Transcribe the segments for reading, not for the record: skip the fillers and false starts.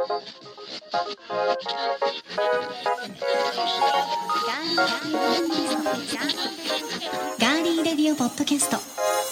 ガーリーレディオポッドキャスト。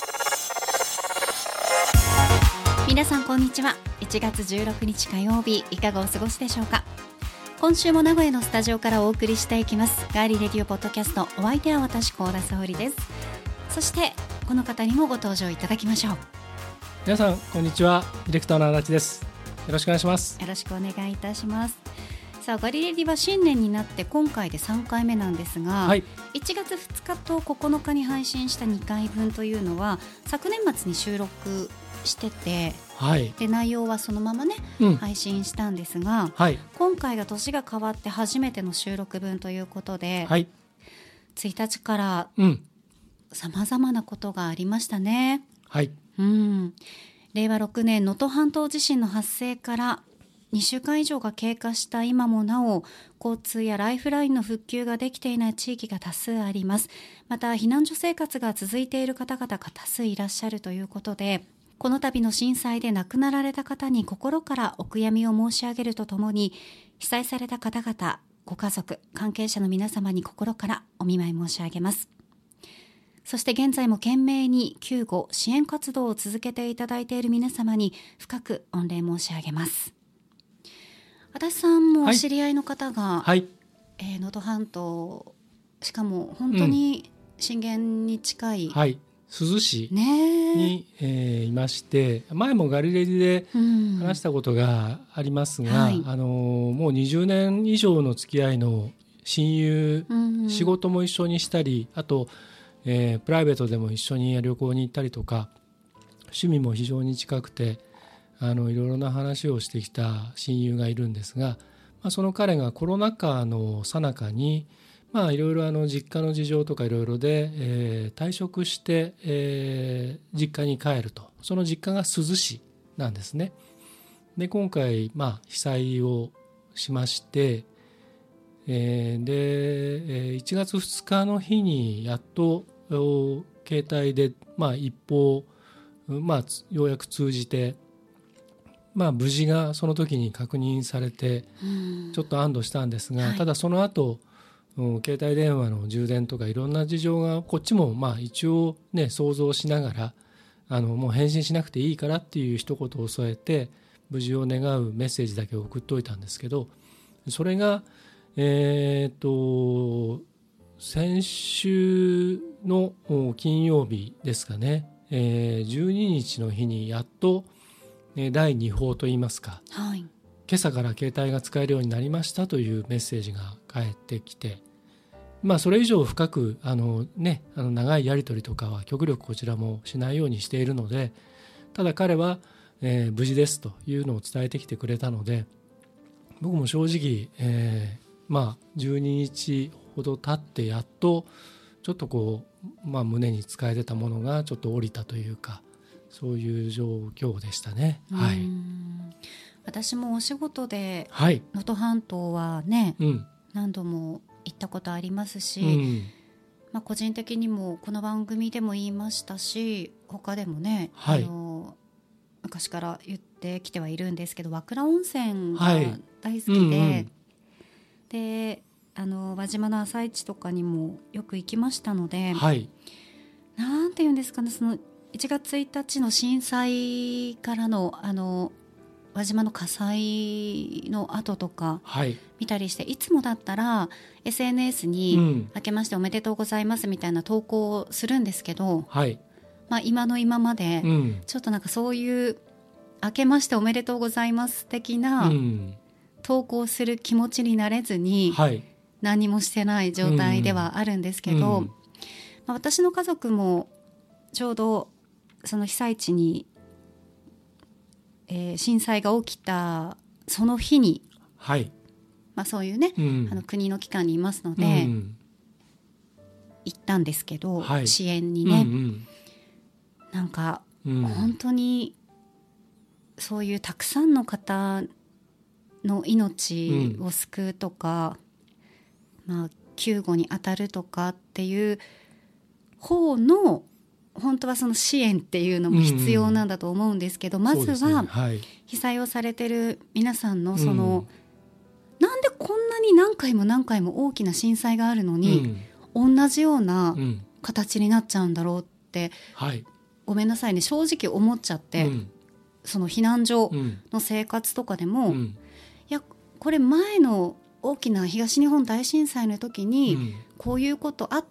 皆さんこんにちは。1月16日火曜日、いかがお過ごしでしょうか。今週も名古屋のスタジオからお送りしていきます。ガーリーレディオポッドキャスト、お相手は私高田沙織です。そしてこの方にもご登場いただきましょう。 皆さんこんにちは。ディレクターの足立です。よろしくお願いします。 よろしくお願いいたします。さあ、ガリレディは新年になって今回で3回目なんですが、 はい、 1月2日と9日に配信した2回分というのは昨年末に収録してて、 はい、 で内容はそのままね、配信したんですが、 はい、 今回が年が変わって初めての収録分ということで、 はい、 1日からさまざまなことがありましたね。 はい、 令和6年能登半島地震の発生から2週間以上が経過した今もなお、交通やライフラインの復旧ができていない地域が多数あります。また避難所生活が続いている方々が多数いらっしゃるということで、この度の震災で亡くなられた方に心からお悔やみを申し上げるとともに、被災された方々、ご家族、関係者の皆様に心からお見舞い申し上げます。そして現在も懸命に救護支援活動を続けていただいている皆様に深く御礼申し上げます。足立さんもお知り合いの方が、 はい、 能登半島、しかも本当に震源に近い、 はい、珠洲市に、いまして、前もガリレディで話したことがありますが、もう20年以上の付き合いの親友、仕事も一緒にしたり、あと、プライベートでも一緒に旅行に行ったりとか、趣味も非常に近くて、いろいろな話をしてきた親友がいるんですが、その彼がコロナ禍の最中に、いろいろ実家の事情とかいろいろで、退職して、実家に帰ると。その実家が珠洲市なんですね。で今回、被災をしまして、で1月2日の日にやっと携帯で、一報、ようやく通じて、無事がその時に確認されてちょっと安堵したんですが、ただその後携帯電話の充電とかいろんな事情がこっちも一応ね想像しながらもう返信しなくていいからっていう一言を添えて無事を願うメッセージだけ送っておいたんですけど、それが先週の金曜日ですかね、12日の日にやっと第2報といいますか、今朝から携帯が使えるようになりましたというメッセージが返ってきて、それ以上深く長いやり取りとかは極力こちらもしないようにしているので、ただ彼は、無事ですというのを伝えてきてくれたので、僕も正直、12日ほど経ってやっとちょっとこう、胸に使えてたものがちょっと降りたというか、そういう状況でしたね。 私もお仕事で能登半島はね、何度も行ったことありますし、個人的にもこの番組でも言いましたし、他でもね、昔から言ってきてはいるんですけど、和倉温泉が大好きで、で輪島の朝市とかにもよく行きましたので、なんていうんですかね、その1月1日の震災からの輪島の火災の後とか見たりして、いつもだったら SNS に明けましておめでとうございますみたいな投稿をするんですけど、今の今までちょっとなんかそういう明けましておめでとうございます的な投稿する気持ちになれずに何もしてない状態ではあるんですけど、私の家族もちょうどその被災地に、震災が起きたその日に、そういうね、国の機関にいますので、行ったんですけど、支援にね、なんか、本当にそういうたくさんの方の命を救うとか、救護に当たるとかっていう方の本当はその支援っていうのも必要なんだと思うんですけど、まずは被災をされてる皆さんのその、なんでこんなに何回も何回も大きな震災があるのに、同じような形になっちゃうんだろうって、ごめんなさいね、正直思っちゃって、その避難所の生活とかでも、いやこれ前の大きな東日本大震災の時にこういうことあって、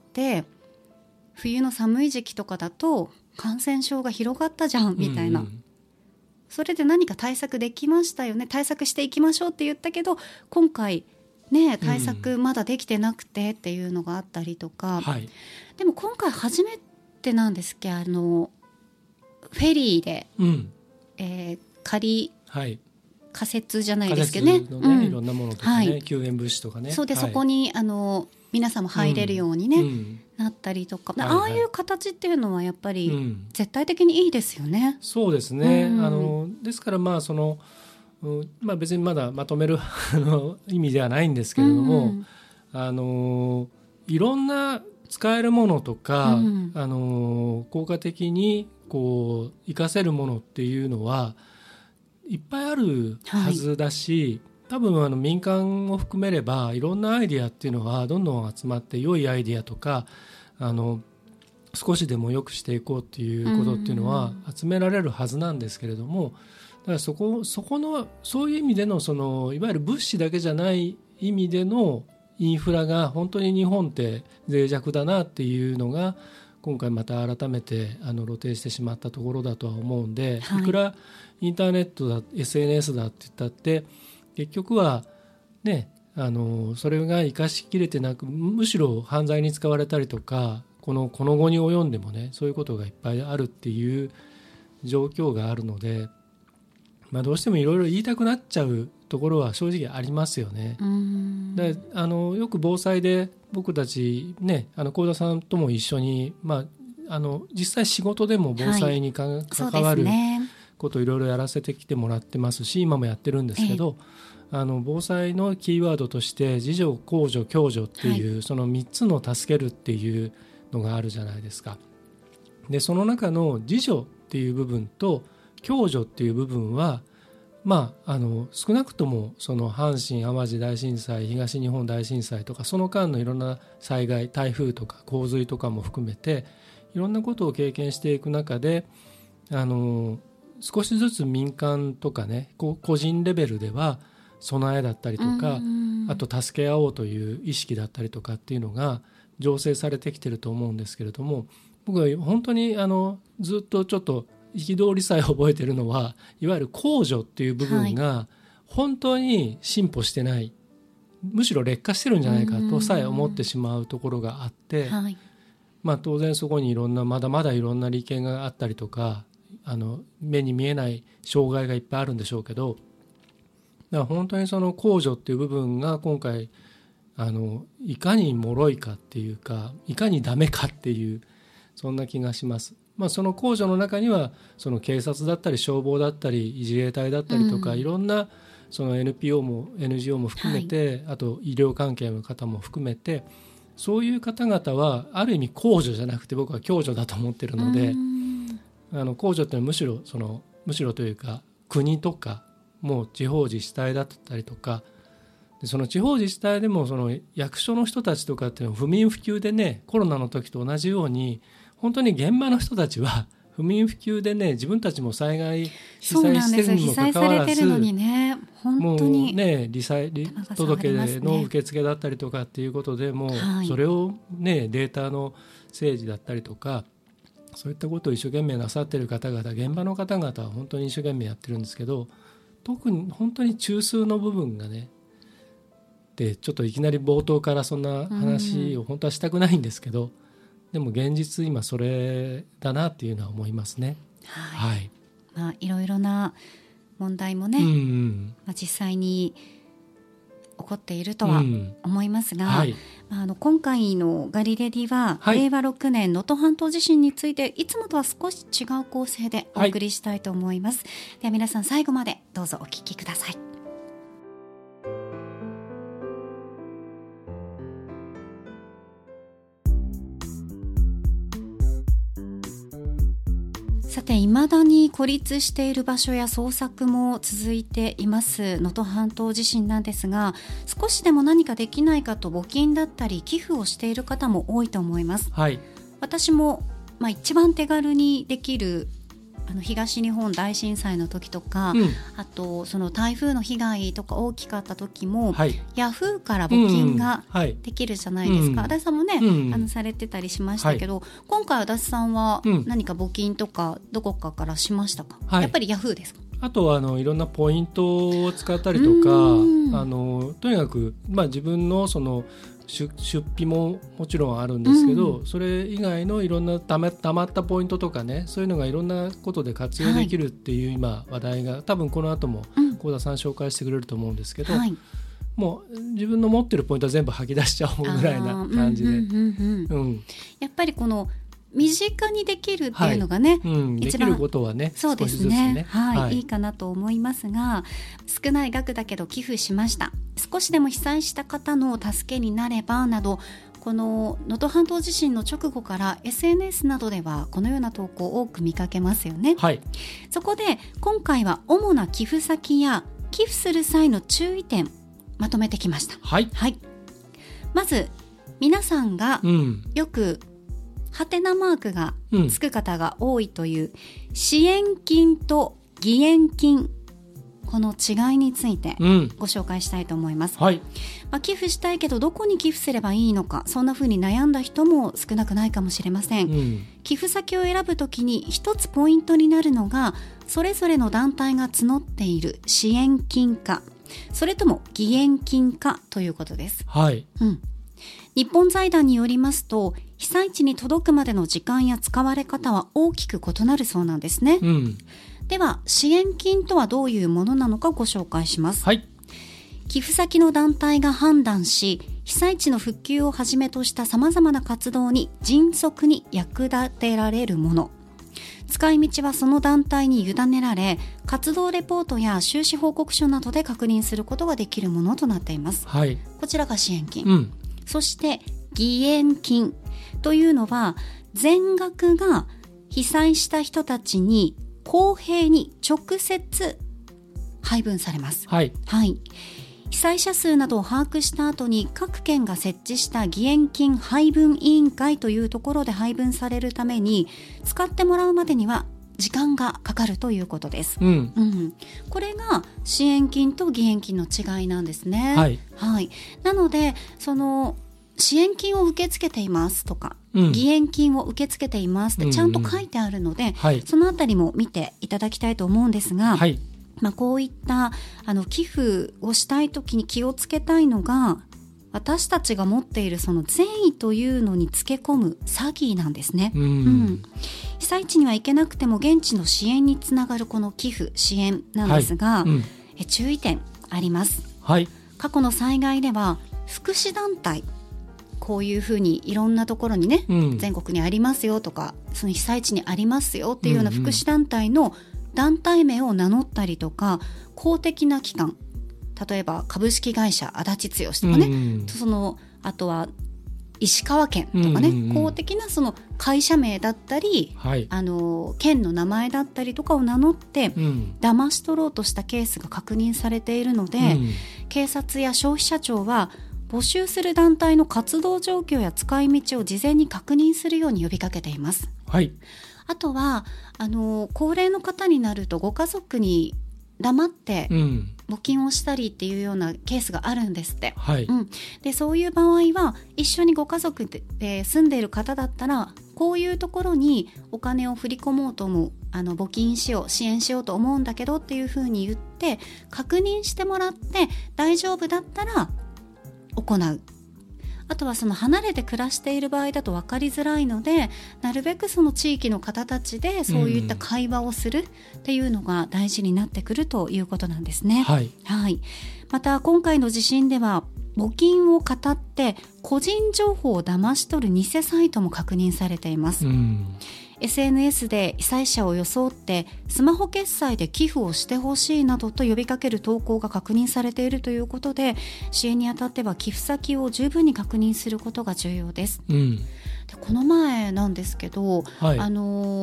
冬の寒い時期とかだと感染症が広がったじゃんみたいな、それで何か対策できましたよね、対策していきましょうって言ったけど今回ね対策まだできてなくてっていうのがあったりとか、でも今回初めてなんですけどフェリーで、仮設じゃないですけどね、 いろんなものとかね、救援物資とかね、 そうで、そこに皆さんも入れるようにね、なったりとか、ああいう形っていうのはやっぱり絶対的にいいですよね。 そうですね、ですからその、別にまだまとめる意味ではないんですけれども、いろんな使えるものとか、効果的にこう活かせるものっていうのはいっぱいあるはずだし、多分民間を含めればいろんなアイデアっていうのはどんどん集まって良いアイデアとか少しでも良くしていこうっていうことっていうのは集められるはずなんですけれども、だからそこのそういう意味でのいわゆる物資だけじゃない意味でのインフラが本当に日本って脆弱だなっていうのが今回また改めて露呈してしまったところだとは思うんで、いくらインターネットだ SNS だって言ったって結局はねそれが生かしきれてなく、むしろ犯罪に使われたりとかこの後に及んでもねそういうことがいっぱいあるっていう状況があるので、どうしてもいろいろ言いたくなっちゃうところは正直ありますよね。でよく防災で僕たちね幸田さんとも一緒に、実際仕事でも防災に関わることをいろいろやらせてきてもらってますし、今もやってるんですけど、防災のキーワードとして自助公助共助っていう、その3つの助けるっていうのがあるじゃないですか。でその中の自助っていう部分と共助っていう部分は少なくともその阪神・淡路大震災、東日本大震災とかその間のいろんな災害、台風とか洪水とかも含めていろんなことを経験していく中で少しずつ民間とかね個人レベルでは備えだったりとか、あと助け合おうという意識だったりとかっていうのが醸成されてきてると思うんですけれども、僕は本当にずっとちょっと憤りさえ覚えているのはいわゆる公助っていう部分が本当に進歩してない、むしろ劣化してるんじゃないかとさえ思ってしまうところがあって、当然そこにまだまだいろんな利権があったりとか目に見えない障害がいっぱいあるんでしょうけど、だから本当にその公助っていう部分が今回いかに脆いかっていうかいかにダメかっていうそんな気がします。その公助の中にはその警察だったり消防だったり自衛隊だったりとか、いろんなその NPO も NGO も含めて、あと医療関係の方も含めてそういう方々はある意味公助じゃなくて僕は共助だと思ってるので、公助っていうのはむしろというか国とかもう地方自治体だったりとかで、その地方自治体でもその役所の人たちとかっていうのは不眠不休でね、コロナの時と同じように本当に現場の人たちは不眠不休でね自分たちも災害被災してるにもかかわらず、もうね罹災届の受付だったりとかっていうことでもうそれをねデータの整理だったりとかそういったことを一生懸命なさってる方々、現場の方々は本当に一生懸命やってるんですけど、特に本当に中枢の部分がねでちょっといきなり冒頭からそんな話を本当はしたくないんですけど、でも現実今それだなっていうのは思いますね。 いろいろな問題もね、実際に起こっているとは思いますが、今回のガリレディは、令和6年能登半島地震についていつもとは少し違う構成でお送りしたいと思います。では皆さん最後までどうぞお聞きください。 で未だに孤立している場所や捜索も続いています能登半島地震なんですが、少しでも何かできないかと募金だったり寄付をしている方も多いと思います、 はい、 私も、一番手軽にできる東日本大震災の時とか、あとその台風の被害とか大きかった時も、ヤフーから募金ができるじゃないですか、足立さんもね、されてたりしましたけど、今回足立さんは何か募金とかどこかからしましたか？やっぱりヤフーですか？ あとはいろんなポイントを使ったりとか、とにかく、自分のその出費ももちろんあるんですけど、それ以外のいろんなたまったポイントとかね、そういうのがいろんなことで活用できるっていう今話題が、多分この後も幸田さん紹介してくれると思うんですけど、もう自分の持ってるポイントは全部吐き出しちゃおうぐらいな感じで、 やっぱりこの身近にできるっていうのがね、 できることはね、 そうですね、いいかなと思いますが、少ない額だけど寄付しました、少しでも被災した方の助けになればなど、この能登半島地震の直後から SNS などではこのような投稿を多く見かけますよね、そこで今回は主な寄付先や寄付する際の注意点まとめてきました、まず皆さんがよくハテナマークがつく方が多いという支援金と義援金、この違いについてご紹介したいと思います、寄付したいけどどこに寄付すればいいのか、そんな風に悩んだ人も少なくないかもしれません、寄付先を選ぶときに一つポイントになるのが、それぞれの団体が募っている支援金かそれとも義援金かということです、日本財団によりますと、被災地に届くまでの時間や使われ方は大きく異なるそうなんですね、では支援金とはどういうものなのかご紹介します、寄付先の団体が判断し、被災地の復旧をはじめとしたさまざまな活動に迅速に役立てられるもの、使い道はその団体に委ねられ、活動レポートや収支報告書などで確認することができるものとなっています、こちらが支援金、そして義援金というのは全額が被災した人たちに公平に直接配分されます、被災者数などを把握した後に各県が設置した義援金配分委員会というところで配分されるために、使ってもらうまでには時間がかかるということです、これが支援金と義援金の違いなんですね、なのでその支援金を受け付けていますとか、義援金を受け付けていますってちゃんと書いてあるので、そのあたりも見ていただきたいと思うんですが、こういった寄付をしたいときに気をつけたいのが、私たちが持っているその善意というのにつけ込む詐欺なんですね、被災地には行けなくても現地の支援につながるこの寄付支援なんですが、注意点あります、過去の災害では福祉団体、こういうふうにいろんなところにね、全国にありますよとか、その被災地にありますよっていうような福祉団体の団体名を名乗ったりとか、公的な機関、例えば株式会社足立剛とかね、あとは石川県とかね、公的なその会社名だったり、県の名前だったりとかを名乗って騙し取ろうとしたケースが確認されているので、警察や消費者庁は募集する団体の活動状況や使い道を事前に確認するように呼びかけています、あとは高齢の方になるとご家族に黙って募金をしたりっていうようなケースがあるんですって、でそういう場合は一緒にご家族で住んでいる方だったら、こういうところにお金を振り込もうと思う、募金しよう、支援しようと思うんだけどっていうふうに言って確認してもらって、大丈夫だったら行う。あとはその離れて暮らしている場合だと分かりづらいので、なるべくその地域の方たちでそういった会話をするっていうのが大事になってくるということなんですね、また今回の地震では募金をかたって個人情報を騙し取る偽サイトも確認されています、SNS で被災者を装ってスマホ決済で寄付をしてほしいなどと呼びかける投稿が確認されているということで、支援にあたっては寄付先を十分に確認することが重要です、でこの前なんですけど、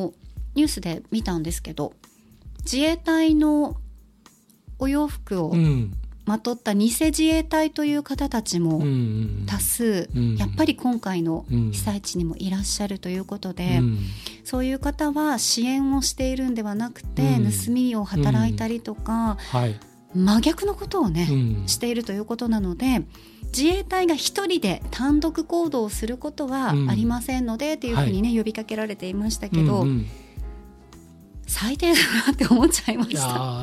ニュースで見たんですけど、自衛隊のお洋服をまとった偽自衛隊という方たちも多数、やっぱり今回の被災地にもいらっしゃるということで、そういう方は支援をしているんではなくて、盗みを働いたりとか、真逆のことをね、しているということなので、自衛隊が一人で単独行動をすることはありませんので、っていうふうにね、呼びかけられていましたけど、最低だなって思っちゃいました。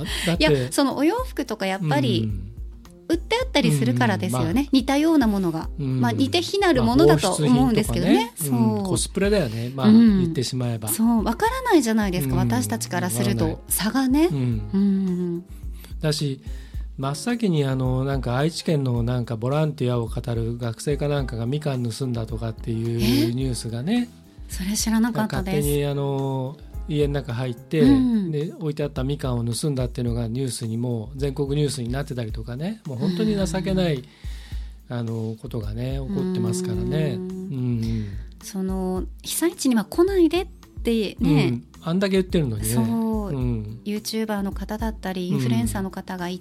いや、そのお洋服とかやっぱり売ってあったりするからですよね、似たようなものが、似て非なるものだと思うんですけどね、そうコスプレだよね、言ってしまえばそう分からないじゃないですか、私たちからすると差がね、 だし、真っ先になんか愛知県のなんかボランティアを語る学生かなんかがみかん盗んだとかっていうニュースがね、 それ知らなかったです。 勝手に家の中入って、で置いてあったみかんを盗んだっていうのがニュースにも全国ニュースになってたりとかね、もう本当に情けない、ことがね起こってますからね。 その被災地には来ないでってね、 あんだけ言ってるのにね、 そう、YouTuber の方だったりインフルエンサーの方が行って、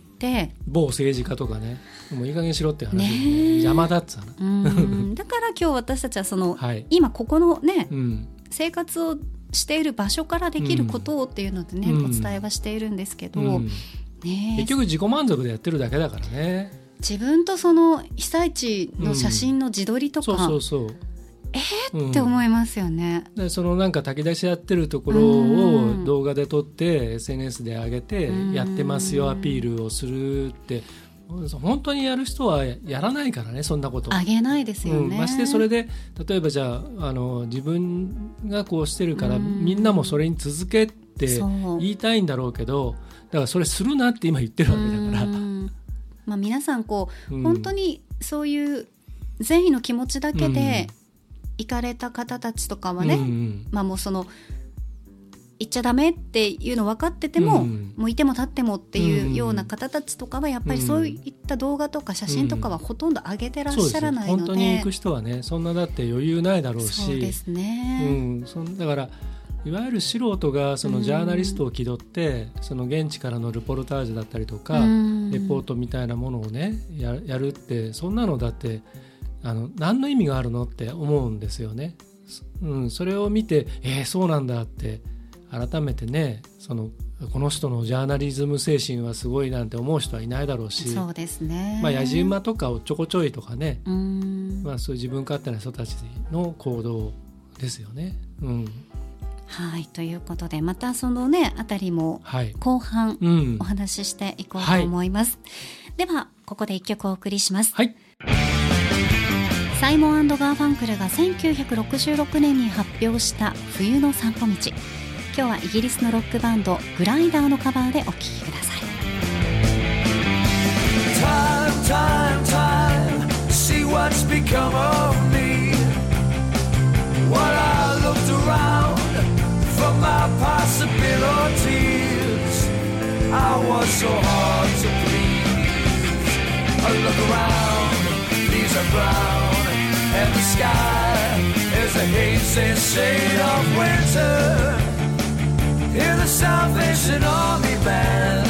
某政治家とかね、もういい加減しろって話、邪魔だっつうのだから今日私たちはその、今ここのね、生活をしている場所からできることをっていうのでね、お伝えはしているんですけど、 結局自己満足でやってるだけだからね。 自分とその被災地の写真の自撮りとか、って思いますよね。 でそのなんか炊き出しやってるところを動画で撮って、SNS で上げてやってますよアピールをするって、本当にやる人はやらないからね、そんなことあげないですよね。 ましてそれで例えばじゃあ自分がこうしてるからみんなもそれに続けって言いたいんだろうけど、だからそれするなって今言ってるわけだから、 皆さんこう、本当にそういう善意の気持ちだけで行かれた方たちとかはね、もうその行っちゃダメっていうの分かってても、もういても立ってもっていうような方たちとかはやっぱりそういった動画とか写真とかはほとんど上げてらっしゃらないので、 本当に行く人はね、そんなだって余裕ないだろうし、 そうですね、 だからいわゆる素人がそのジャーナリストを気取って、その現地からのルポルタージュだったりとか、レポートみたいなものをね やるって、そんなのだって何の意味があるのって思うんですよね。それを見てそうなんだって改めてね、この人のジャーナリズム精神はすごいなんて思う人はいないだろうし、 そうですね、 やじ馬とかをちょこちょいとかね、そういう自分勝手な人たちの行動ですよね。 はい、ということでまたそのねあたりも後半お話ししていこうと思います、ではここで一曲お送りします、サイモン&ガーファンクルが1966年に発表した冬の散歩道、今日はイギリスのロックバンドグライダーのカバーでお聴きください。 Time, time, see what's become of me. While I looked around for my possibilities, I was so hard to please. I look around, leaves are brown, and the sky is a hazy shade of winter. Hear the Salvation Army band.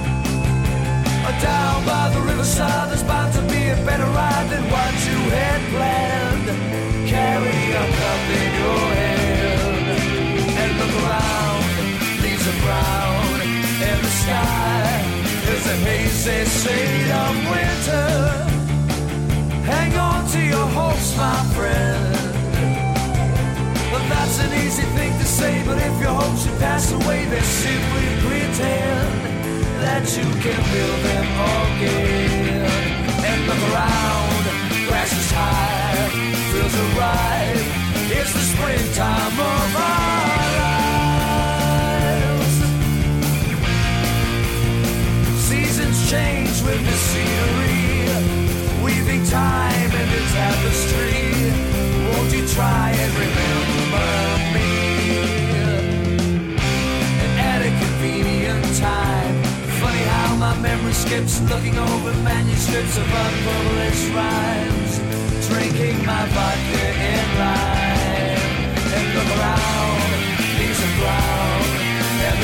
Down by the riverside, there's bound to be a better ride than what you had planned. Carry a cup in your hand and look around. Leaves are brown and the sky is a hazy shade of winter. Hang on to your hopes, my friend. Well, that's an easy thing to say, but if your hopes should pass away, they simply pretend that you can build them again. And look around, grass is high, fields are ripe, it's the springtime of our lives. Seasons change with the scenery, weaving time into tapestry. Won't you try and remember me? And at a convenient time, funny how my memory skips, looking over manuscripts of unpublished rhymes, drinking my vodka in rhyme. And look around, leaves are brown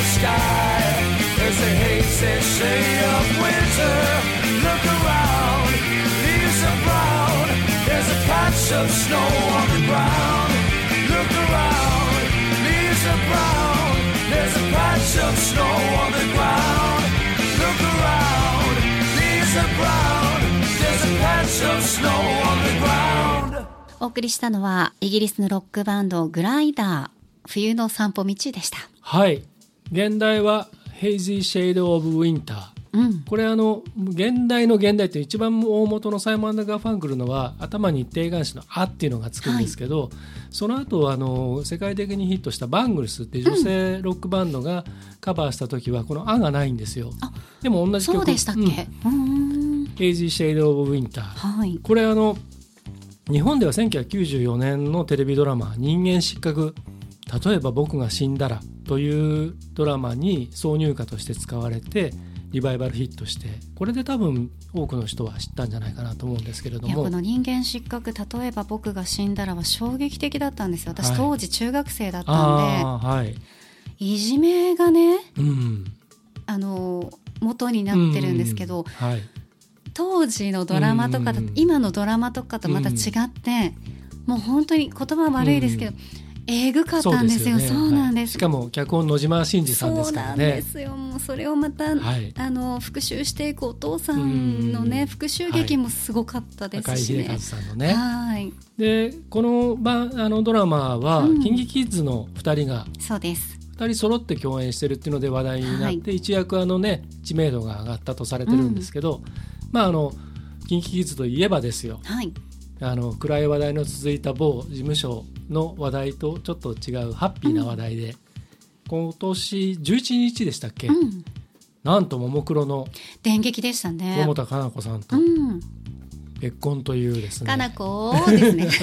the sky as the hazy shade of winter. Look around, leaves are brown. There's a patch of snow on the ground. Look around, leaves are brown. There's a patch of snow on the ground. Look around, leaves are brown. There's a patch of snow on the ground. お送りしたのはイギリスのロックバンドグライダー、冬の散歩道でした。 はい、現代は Hazy Shade of Winter、これ現代の現代って一番大元のサイモン&ガーファンクルのは頭に一定冠詞のあっていうのがつくんですけど、その後世界的にヒットしたバングルスって女性ロックバンドがカバーした時はこのあがないんですよ。でも同じ曲。 そうでしたっけ、 Hazy Shade of Winter、これ日本では1994年のテレビドラマ人間失格、例えば僕が死んだらというドラマに挿入歌として使われてリバイバルヒットして、これで多分多くの人は知ったんじゃないかなと思うんですけれども、 この人間失格、例えば僕が死んだらは衝撃的だったんですよ。私、当時中学生だったんで、いじめがね、元になってるんですけど、当時のドラマとか今のドラマとかとまた違って、もう本当に言葉は悪いですけど、えぐかったんですよ。そうなんです。 しかも脚本野島真司さんですからね。 そうなんですよ。もうそれをまた、復讐していくお父さんのね、復讐劇もすごかったですしね。 赤井秀和さんのね。でこのドラマは、KinKiKids の2人がそうです 2人揃って共演してるっていうので話題になって、一躍知名度が上がったとされてるんですけど、KinKiKids といえばですよ、暗い話題の続いた某事務所の話題とちょっと違うハッピーな話題で、今年11日でしたっけ、なんとももクロの電撃でしたね、 百田夏菜子さんと結婚というですね、 かなこですね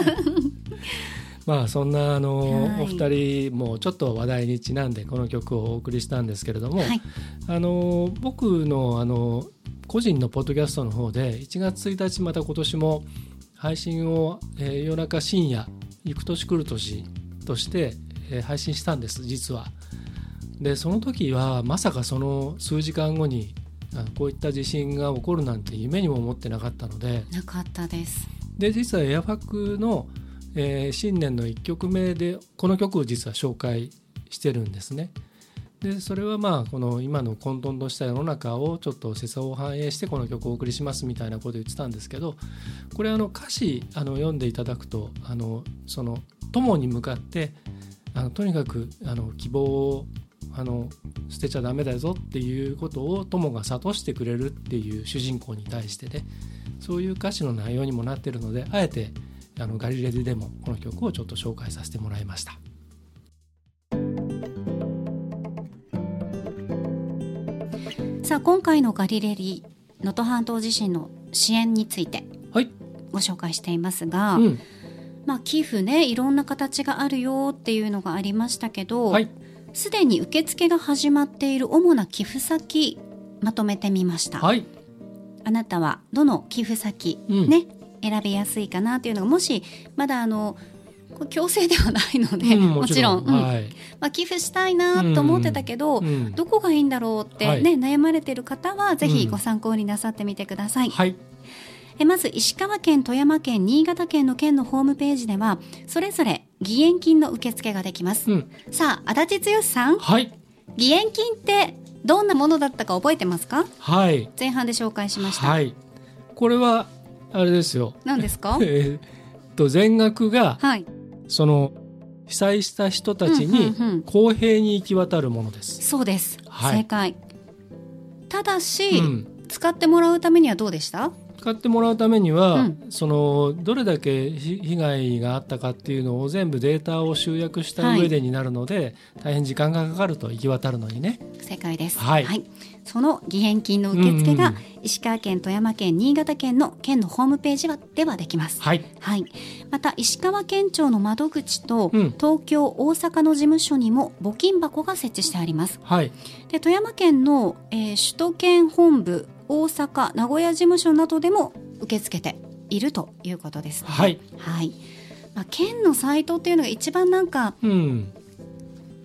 そんなお二人もちょっと話題にちなんでこの曲をお送りしたんですけれども、僕の個人のポッドキャストの方で1月1日また今年も配信を、夜中深夜行く年来る年として、配信したんです。実はでその時はまさかその数時間後にこういった地震が起こるなんて夢にも思ってなかったので。 なかったです。 で実はエアファックの、新年の1曲目でこの曲を実は紹介してるんですね。でそれはこの今の混沌とした世の中をちょっと世相を反映してこの曲をお送りしますみたいなことを言ってたんですけど、これ歌詞読んでいただくとその友に向かってとにかく希望を捨てちゃダメだぞっていうことを友が諭してくれるっていう主人公に対してね、そういう歌詞の内容にもなっているので、あえてガリレディでもこの曲をちょっと紹介させてもらいました。 さあ今回のガリレディ能登半島地震の支援についてご紹介していますが、寄付ね、いろんな形があるよっていうのがありましたけど、すでに受付が始まっている主な寄付先まとめてみました。あなたはどの寄付先、選びやすいかなというのが、もしまだ強制ではないので、もちろん、寄付したいなと思ってたけど、どこがいいんだろうって、悩まれている方はぜひご参考になさってみてください。まず石川県、富山県、新潟県の県のホームページではそれぞれ義援金の受付ができます。さあ足立剛さん、義援金ってどんなものだったか覚えてますか？前半で紹介しました。 これはあれですよ。 何ですか？ 全額が、その被災した人たちに公平に行き渡るものです。 そうです、正解。ただし、使ってもらうためにはどうでした？ 使ってもらうためには、どれだけ被害があったかっていうのを全部データを集約した上でになるので、大変時間がかかると行き渡るのにね。 正解です。その義援金の受付が石川県、富山県、新潟県の県のホームページではできます。また石川県庁の窓口と、東京、大阪の事務所にも募金箱が設置してあります。で富山県の、首都圏本部、大阪、名古屋事務所などでも受け付けているということですね。県のサイトっていうのが一番なんか、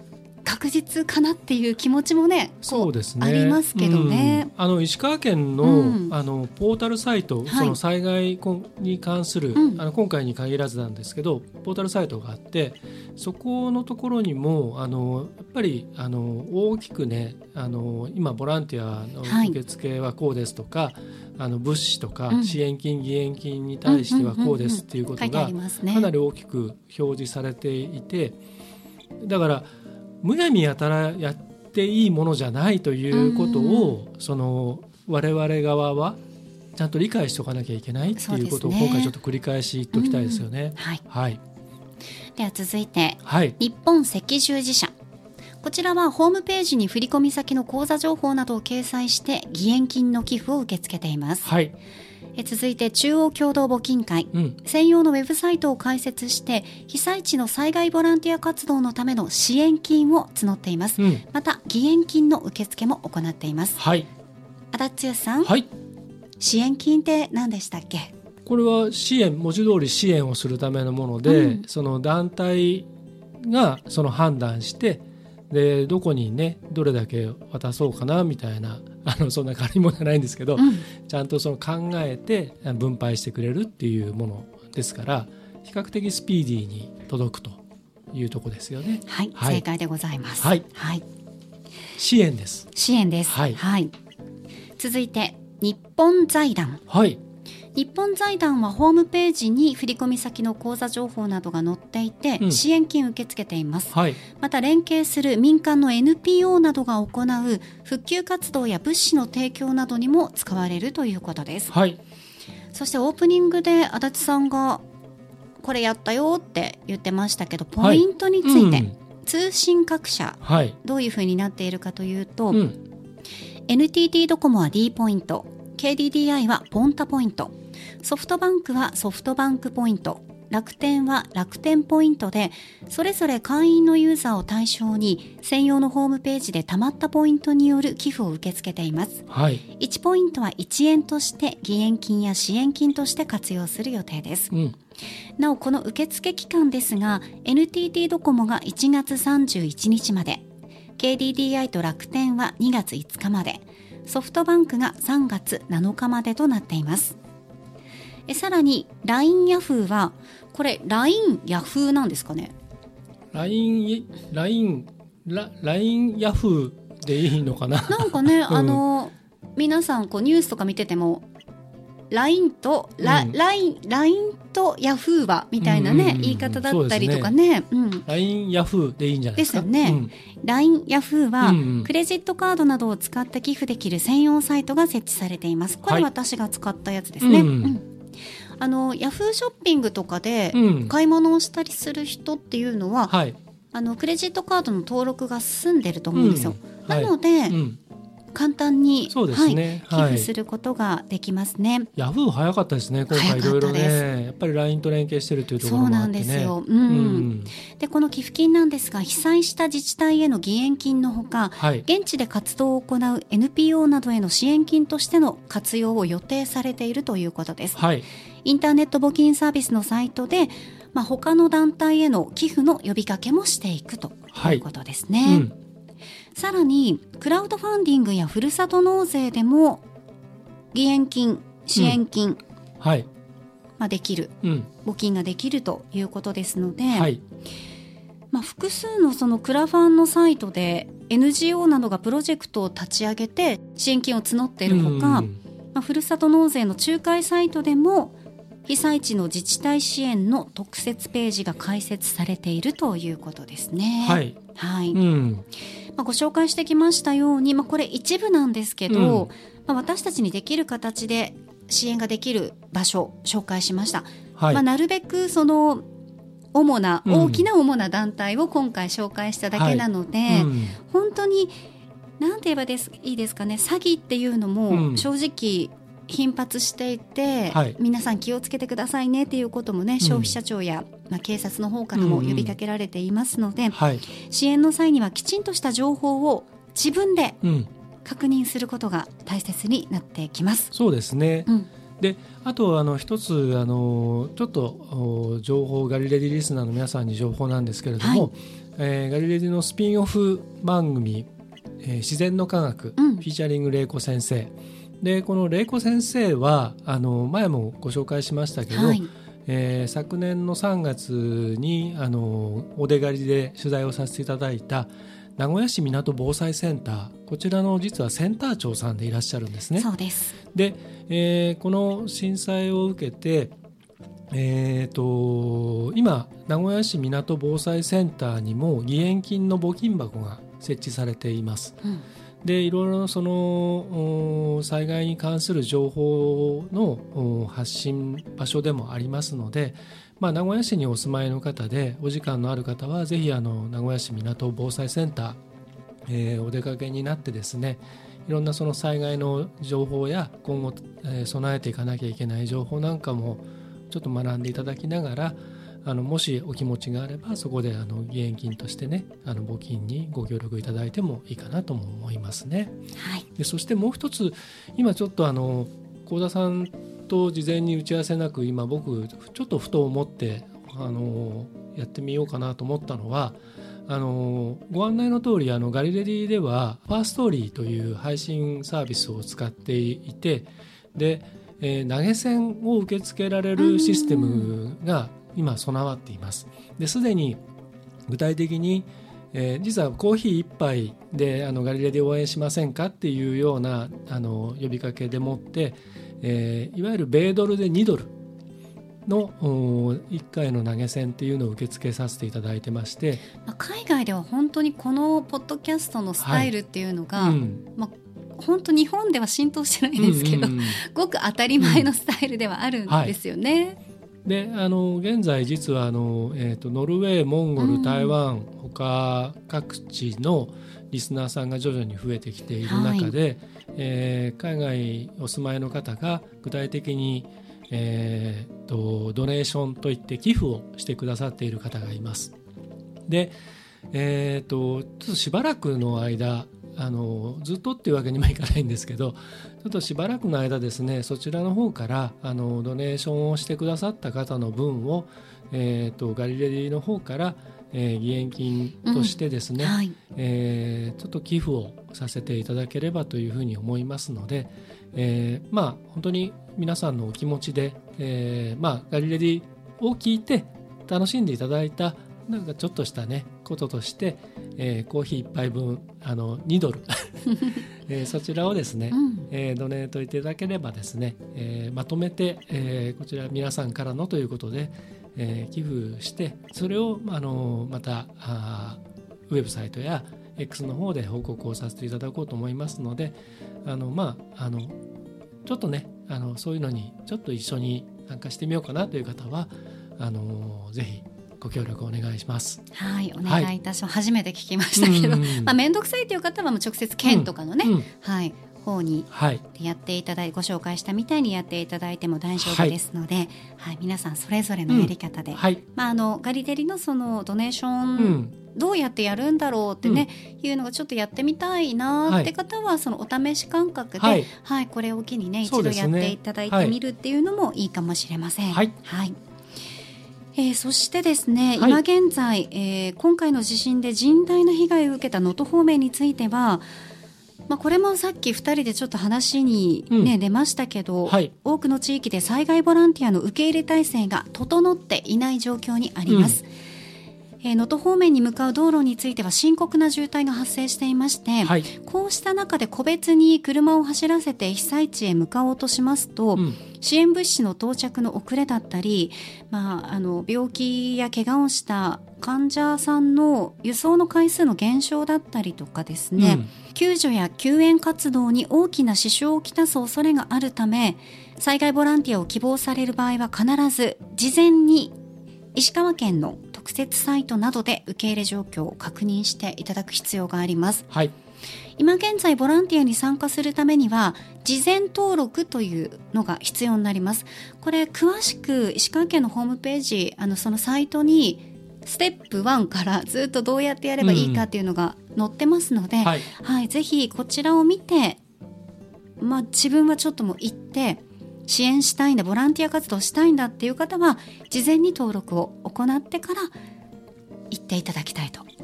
確実かなっていう気持ちもね、 そうですね、 ありますけどね、 石川県の、ポータルサイト、その災害に関する、今回に限らずなんですけどポータルサイトがあって、そこのところにもやっぱり大きくね、今ボランティアの受付はこうですとか、物資とか支援金、義援金に対してはこうですっていうことがかなり大きく表示されていて、だからむやみやたらやっていいものじゃないということを、その我々側はちゃんと理解しておかなきゃいけないっていうことを今回ちょっと繰り返し言っておきたいですよね。 では続いて、日本赤十字社、こちらはホームページに振込先の口座情報などを掲載して義援金の寄付を受け付けています。続いて中央共同募金会、専用のウェブサイトを開設して被災地の災害ボランティア活動のための支援金を募っています。また義援金の受付も行っています。足立剛さん、支援金って何でしたっけ？ これは支援、文字通り支援をするためのもので、その団体がその判断して、でどこにねどれだけ渡そうかなみたいな、そんな借り物じゃないんですけど、ちゃんとその考えて分配してくれるっていうものですから、比較的スピーディーに届くというところですよね。 正解でございます。 支援です。 支援です。続いて日本財団。日本財団はホームページに振込先の口座情報などが載っていて、支援金受け付けています。また連携する民間の NPO などが行う復旧活動や物資の提供などにも使われるということです。そしてオープニングで足立さんがこれやったよって言ってましたけど、ポイントについて、通信各社、どういうふうになっているかというと、NTT ドコモは D ポイント、KDDI はポンタポイント、ソフトバンクはソフトバンクポイント、楽天は楽天ポイントで、それぞれ会員のユーザーを対象に専用のホームページで貯まったポイントによる寄付を受け付けています。1ポイントは1円として義援金や支援金として活用する予定です。なおこの受付期間ですが、 NTT ドコモが1月31日まで、 KDDI と楽天は2月5日まで、ソフトバンクが3月7日までとなっています。さらに LINE ヤフーは、これ LINE ヤフーなんですかね。 LINE ヤフーでいいのかな。 なんかね、皆さんニュースとか見てても LINE と、LINE とヤフーはみたいなね、言い方だったりとかね。 LINE ヤフーでいいんじゃないですか。 ですよね。LINE ヤフーは、クレジットカードなどを使って寄付できる専用サイトが設置されています。これ私が使ったやつですね。ヤフーショッピングとかで買い物をしたりする人っていうのは、クレジットカードの登録が済んでると思うんですよ。なので、簡単に、寄付することができますね。 ヤフー早かったですね。今回いろいろね、やっぱり LINE と連携してるというところもあってね。 そうなんですよ。でこの寄付金なんですが、被災した自治体への義援金のほか、現地で活動を行う NPO などへの支援金としての活用を予定されているということです。インターネット募金サービスのサイトで、他の団体への寄付の呼びかけもしていくということですね。さらにクラウドファンディングやふるさと納税でも義援金、支援金、できる、募金ができるということですので、複数のそのクラファンのサイトで NGO などがプロジェクトを立ち上げて支援金を募っているほか、ふるさと納税の仲介サイトでも被災地の自治体支援の特設ページが開設されているということですね。ご紹介してきましたように、これ一部なんですけど、私たちにできる形で支援ができる場所紹介しました。なるべくその大きな主な団体を今回紹介しただけなので、本当に何て言えばいいですかね、詐欺っていうのも正直頻発していて、皆さん気をつけてくださいねっていうこともね、消費者庁や、警察の方からも呼びかけられていますので、支援の際にはきちんとした情報を自分で確認することが大切になってきます。 そうですね。であと一つちょっと情報、ガリレディリスナーの皆さんに情報なんですけれども、 ガリレディのスピンオフ番組、自然の科学、フィーチャリング玲子先生で、この玲子先生は前もご紹介しましたけど、昨年の3月にお出狩りで取材をさせていただいた名古屋市港防災センター、こちらの実はセンター長さんでいらっしゃるんですね。 そうです。 で、この震災を受けて、今名古屋市港防災センターにも義援金の募金箱が設置されています。で、いろいろその災害に関する情報の発信場所でもありますので、名古屋市にお住まいの方でお時間のある方はぜひ名古屋市港防災センター、お出かけになってですね、いろんなその災害の情報や今後、備えていかなきゃいけない情報なんかもちょっと学んでいただきながら、もしお気持ちがあればそこで義援金としてね、募金にご協力いただいてもいいかなとも思いますね。で、そしてもう一つ、今ちょっと幸田さんと事前に打ち合わせなく、今僕ちょっとふと思ってやってみようかなと思ったのは、ご案内の通りガリレディではファーストーリーという配信サービスを使っていて、で、投げ銭を受け付けられるシステムが今備わっています。ですでに具体的に、実はコーヒー一杯でガリレディ応援しませんかっていうような呼びかけでもって、いわゆる米ドルで2ドルの1回の投げ銭っていうのを受け付けさせていただいてまして、 海外では本当にこのポッドキャストのスタイルっていうのが、本当日本では浸透してないんですけど、ごく当たり前のスタイルではあるんですよね。 で、現在実はノルウェー、モンゴル、台湾、他各地のリスナーさんが徐々に増えてきている中で、海外お住まいの方が具体的に、ドネーションといって寄付をしてくださっている方がいます。で、ちょっとしばらくの間、ずっとっていうわけにもいかないんですけど、ちょっとしばらくの間ですね、そちらの方からドネーションをしてくださった方の分を、ガリレディの方から義援金としてですね、ちょっと寄付をさせていただければというふうに思いますので、本当に皆さんのお気持ちで、ガリレディを聞いて楽しんでいただいたなんかちょっとしたねこととして、コーヒー1杯分2ドル、そちらをですね、ドネートいただければですね、まとめて、こちら皆さんからのということで、寄付して、それをまたウェブサイトや X の方で報告をさせていただこうと思いますので、ちょっとねそういうのにちょっと一緒に参加してみようかなという方はぜひご協力お願いします。 はい、お願いいたします。初めて聞きましたけど、面倒くさいという方はもう直接県とかのね、方にやっていただいて、ご紹介したみたいにやっていただいても大丈夫ですので、皆さんそれぞれのやり方で、ガリレディのそのドネーション、どうやってやるんだろうってね、いうのがちょっとやってみたいなって方は、そのお試し感覚で、これを機にね一度やっていただいてみるっていうのもいいかもしれません。そしてですね、今現在、今回の地震で甚大な被害を受けた能登方面については、これもさっき2人でちょっと話に、出ましたけど、多くの地域で災害ボランティアの受け入れ体制が整っていない状況にあります。能登方面に向かう道路については深刻な渋滞が発生していまして、こうした中で個別に車を走らせて被災地へ向かおうとしますと、支援物資の到着の遅れだったり、病気や怪我をした患者さんの輸送の回数の減少だったりとかですね、救助や救援活動に大きな支障をきたす恐れがあるため、災害ボランティアを希望される場合は必ず事前に石川県の特設サイトなどで受け入れ状況を確認していただく必要があります。今現在ボランティアに参加するためには事前登録というのが必要になります。これ詳しく石川県のホームページ、そのサイトにステップ1からずっとどうやってやればいいかっていうのが載ってますので、ぜひこちらを見て、自分はちょっともう行って支援したいんだ、ボランティア活動したいんだっていう方は事前に登録を行ってから行っていただきたいと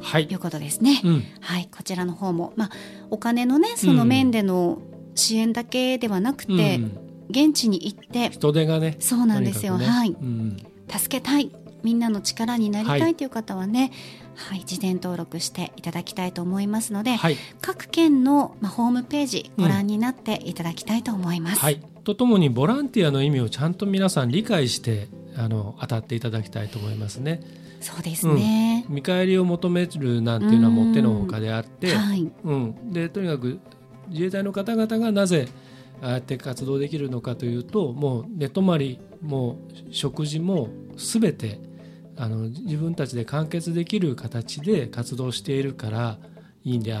いうことですね。はい、こちらの方も、お金のねその面での支援だけではなくて、現地に行って人手がね、 そうなんですよ、はい、助けたい、みんなの力になりたいという方はね、はい、事前登録していただきたいと思いますので、各県の、ホームページご覧になっていただきたいと思います。 とともにボランティアの意味をちゃんと皆さん理解して当たっていただきたいと思いますね。 そうですね、 見返りを求めるなんていうのはもってのほかであって、でとにかく自衛隊の方々がなぜああやって活動できるのかというと、もう寝泊まりも食事もすべて自分たちで完結できる形で活動しているからいいんであって、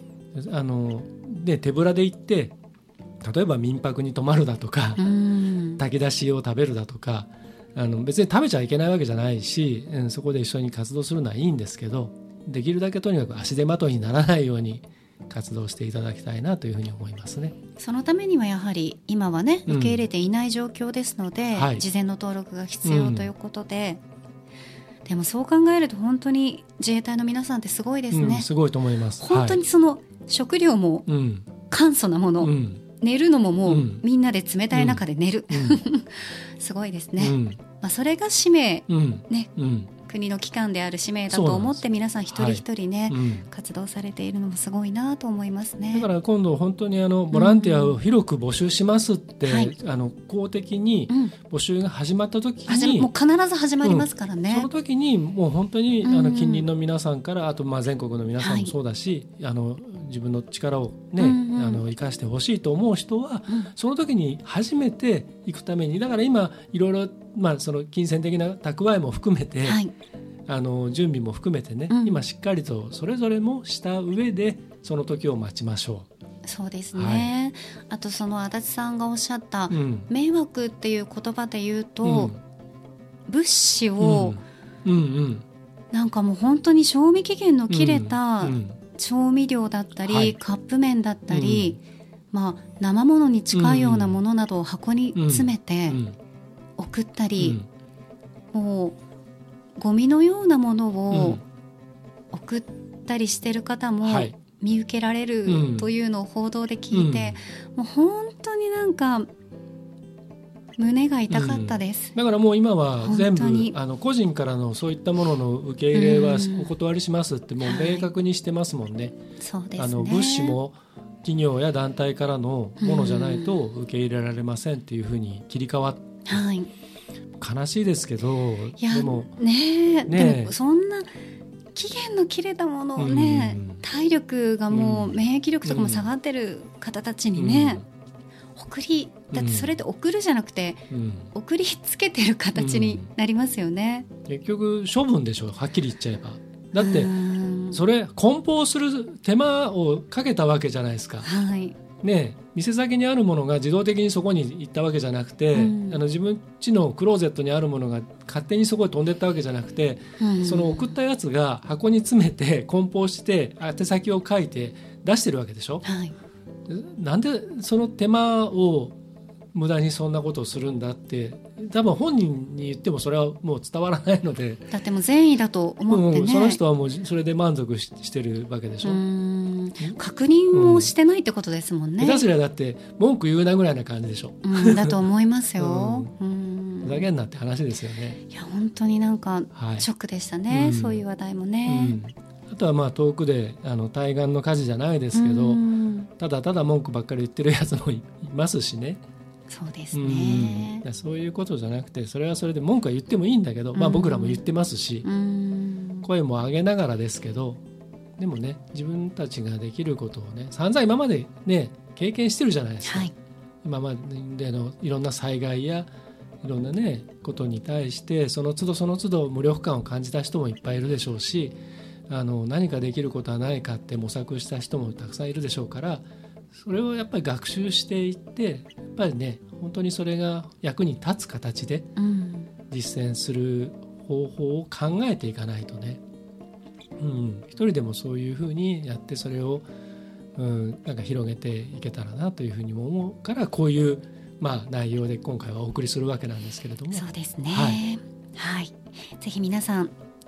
手ぶらで行って例えば民泊に泊まるだとか炊き出しを食べるだとか、別に食べちゃいけないわけじゃないし、そこで一緒に活動するのはいいんですけど、できるだけとにかく足手まといにならないように活動していただきたいなというふうに思いますね。 そのためにはやはり今はね受け入れていない状況ですので、事前の登録が必要ということで、でもそう考えると本当に自衛隊の皆さんってすごいですね。 すごいと思います。 本当にその食料も簡素なもの、寝るのももうみんなで冷たい中で寝る、すごいですね。それが使命、ね、国の機関である使命だと思って皆さん一人一人ね、活動されているのもすごいなと思いますね。 だから今度本当にボランティアを広く募集しますって、公的に募集が始まった時に、 もう必ず始まりますからね、 その時にもう本当に近隣の皆さんから、あと全国の皆さんもそうだし、自分の力をね、生かしてほしいと思う人は、その時に初めて行くために、だから今いろいろその金銭的な蓄えも含めて、準備も含めてね、今しっかりとそれぞれもした上でその時を待ちましょう。 そうですね、あとその足立さんがおっしゃった、迷惑っていう言葉で言うと、物資を、なんかもう本当に賞味期限の切れた調味料だったり、カップ麺だったり、生ものに近いようなものなどを箱に詰めて送ったり、もうゴミのようなものを送ったりしてる方も見受けられるというのを報道で聞いて、もう本当になんか胸が痛かったです。 だからもう今は全部個人からのそういったものの受け入れはお断りしますってもう明確にしてますもんね。 そうですね。 物資も企業や団体からのものじゃないと受け入れられませんっていうふうに切り替わって、悲しいですけど、でもでもそんな期限の切れたものをね、体力がもう免疫力とかも下がってる方たちにね、だってそれで送るじゃなくて、送りつけてる形になりますよね。 結局処分でしょ、はっきり言っちゃえば。だってそれ梱包する手間をかけたわけじゃないですか、店先にあるものが自動的にそこに行ったわけじゃなくて、自分家のクローゼットにあるものが勝手にそこへ飛んでったわけじゃなくて、その送ったやつが箱に詰めて梱包して宛先を書いて出してるわけでしょ、なんでその手間を無駄にそんなことをするんだって多分本人に言ってもそれはもう伝わらないので、 だってもう善意だと思ってね、 その人はもうそれで満足してるわけでしょ。 確認もしてないってことですもんね。 下手すりゃだって文句言うなぐらいな感じでしょ、 だと思いますよ。 ふざけんなって話ですよね。 いや本当になんかショックでしたね、そういう話題もね。 あとは遠くで対岸の火事じゃないですけど、ただただ文句ばっかり言ってるやつもいますしね。 そうですね、 そういうことじゃなくて、それはそれで文句は言ってもいいんだけど、僕らも言ってますし、声も上げながらですけど、でもね自分たちができることをね散々今までね経験してるじゃないですか、今までのいろんな災害やいろんなねことに対してその都度その都度無力感を感じた人もいっぱいいるでしょうし、何かできることはないかって模索した人もたくさんいるでしょうから、それをやっぱり学習していって、やっぱりね本当にそれが役に立つ形で実践する方法を考えていかないとね、一人でもそういうふうにやってそれを、なんか広げていけたらなというふうにも思うから、こういう、内容で今回はお送りするわけなんですけれども。 そうですね、ぜひ皆さん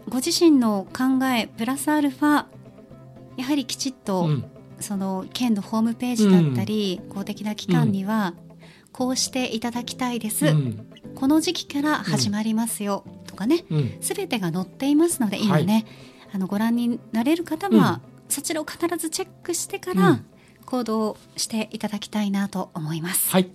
ご自身の考えプラスアルファやはりきちっと、その県のホームページだったり、公的な機関にはこうしていただきたいです、この時期から始まりますよ、とかね、全てが載っていますので今ね、ご覧になれる方は、そちらを必ずチェックしてから行動していただきたいなと思います。 はい。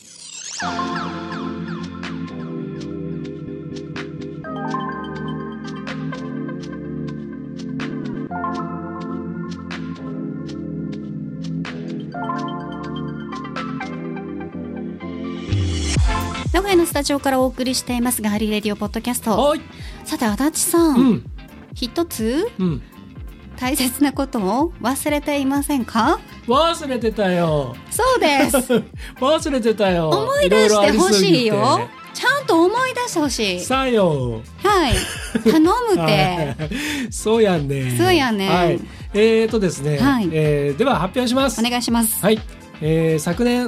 名古屋のスタジオからお送りしていますガーリーレディオポッドキャスト。 はい。 さて足立さん、一つ、大切なことを忘れていませんか？ 忘れてたよ。 そうです忘れてたよ。 思い出してほしいよ。ちゃんと思い出してほしい。 さよ。 はい頼むってそうやね。 そうやね。 はい。ですね、 はい、 では発表します。 お願いします。 はい。昨年